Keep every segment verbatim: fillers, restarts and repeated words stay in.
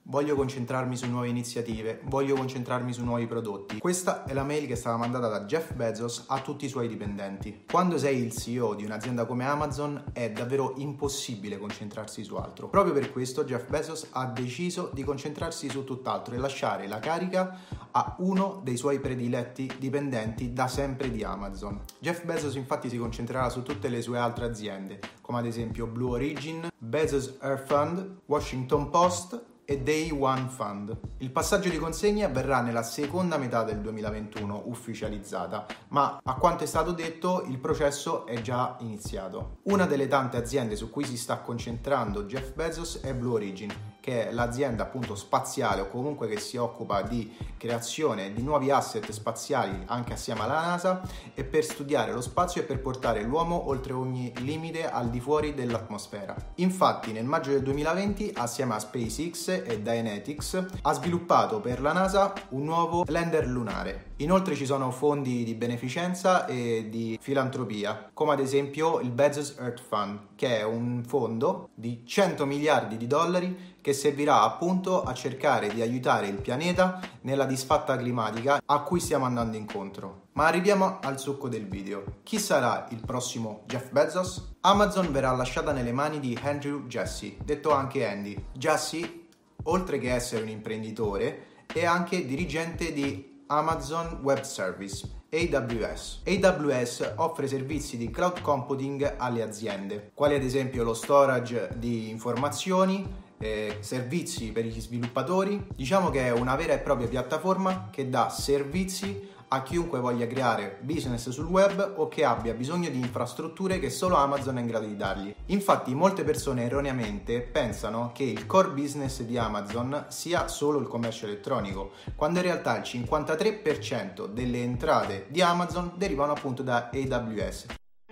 voglio concentrarmi su nuove iniziative, voglio concentrarmi su nuovi prodotti. Questa è la mail che è stata mandata da Jeff Bezos a tutti i suoi dipendenti. Quando sei il C E O di un'azienda come Amazon è davvero impossibile concentrarsi su altro. Proprio per questo Jeff Bezos ha deciso di concentrarsi su tutt'altro e lasciare la carica a uno dei suoi prediletti dipendenti da sempre di Amazon. Jeff Bezos infatti si concentrerà su tutte le sue altre aziende, come ad esempio Blue Origin, Bezos Earth Fund, Washington Post e Day One Fund. Il passaggio di consegna avverrà nella seconda metà del duemilaventuno ufficializzata, ma a quanto è stato detto il processo è già iniziato. Una delle tante aziende su cui si sta concentrando Jeff Bezos è Blue Origin, che è l'azienda appunto spaziale o comunque che si occupa di creazione di nuovi asset spaziali anche assieme alla NASA e per studiare lo spazio e per portare l'uomo oltre ogni limite al di fuori dell'atmosfera. Infatti nel maggio del duemilaventi assieme a SpaceX e Dynetics ha sviluppato per la NASA un nuovo lander lunare. Inoltre ci sono fondi di beneficenza e di filantropia, come ad esempio il Bezos Earth Fund, che è un fondo di cento miliardi di dollari che servirà appunto a cercare di aiutare il pianeta nella disfatta climatica a cui stiamo andando incontro. Ma arriviamo al succo del video. Chi sarà il prossimo Jeff Bezos? Amazon verrà lasciata nelle mani di Andrew Jassy, detto anche Andy. Jassy, oltre che essere un imprenditore, è anche dirigente di Amazon Web Service, A W S. A W S offre servizi di cloud computing alle aziende, quali ad esempio lo storage di informazioni, eh, servizi per gli sviluppatori. Diciamo che è una vera e propria piattaforma che dà servizi a chiunque voglia creare business sul web o che abbia bisogno di infrastrutture che solo Amazon è in grado di dargli. Infatti molte persone erroneamente pensano che il core business di Amazon sia solo il commercio elettronico, quando in realtà il cinquantatré per cento delle entrate di Amazon derivano appunto da A W S.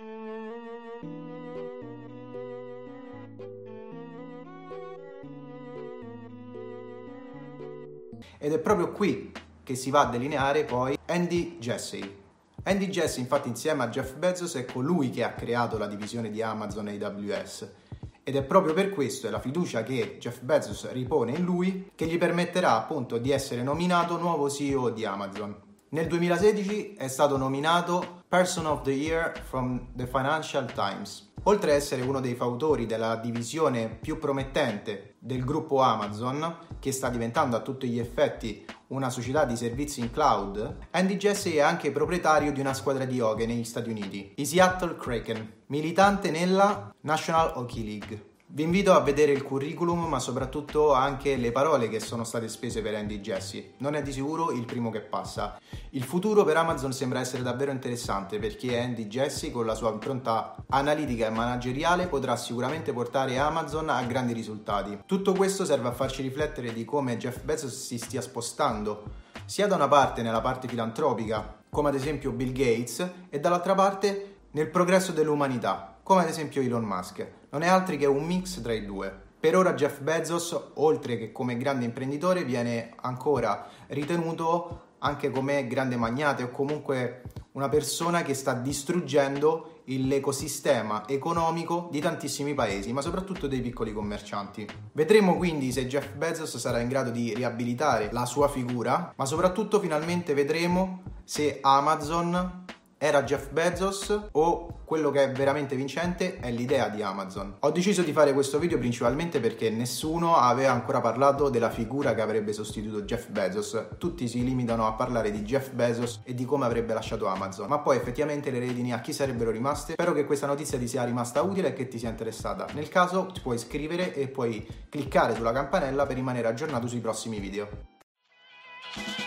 Ed è proprio qui che si va a delineare poi Andy Jassy. Andy Jassy infatti insieme a Jeff Bezos è colui che ha creato la divisione di Amazon A W S ed è proprio per questo e la fiducia che Jeff Bezos ripone in lui che gli permetterà appunto di essere nominato nuovo C E O di Amazon. Nel duemilasedici è stato nominato Person of the Year from the Financial Times. Oltre ad essere uno dei fautori della divisione più promettente del gruppo Amazon, che sta diventando a tutti gli effetti una società di servizi in cloud, Andy Jassy è anche proprietario di una squadra di hockey negli Stati Uniti, i Seattle Kraken, militante nella National Hockey League. Vi invito a vedere il curriculum, ma soprattutto anche le parole che sono state spese per Andy Jassy. Non è di sicuro il primo che passa. Il futuro per Amazon sembra essere davvero interessante perché Andy Jassy, con la sua impronta analitica e manageriale, potrà sicuramente portare Amazon a grandi risultati. Tutto questo serve a farci riflettere di come Jeff Bezos si stia spostando, sia da una parte nella parte filantropica, come ad esempio Bill Gates, e dall'altra parte nel progresso dell'umanità, come ad esempio Elon Musk. Non è altro che un mix tra i due. Per ora Jeff Bezos, oltre che come grande imprenditore, viene ancora ritenuto anche come grande magnate o comunque una persona che sta distruggendo l'ecosistema economico di tantissimi paesi, ma soprattutto dei piccoli commercianti. Vedremo quindi se Jeff Bezos sarà in grado di riabilitare la sua figura, ma soprattutto finalmente vedremo se Amazon era Jeff Bezos o quello che è veramente vincente è l'idea di Amazon. Ho deciso di fare questo video principalmente perché nessuno aveva ancora parlato della figura che avrebbe sostituito Jeff Bezos. Tutti si limitano a parlare di Jeff Bezos e di come avrebbe lasciato Amazon, ma poi effettivamente le redini a chi sarebbero rimaste. Spero che questa notizia ti sia rimasta utile e che ti sia interessata. Nel caso ti puoi iscrivere e puoi cliccare sulla campanella per rimanere aggiornato sui prossimi video.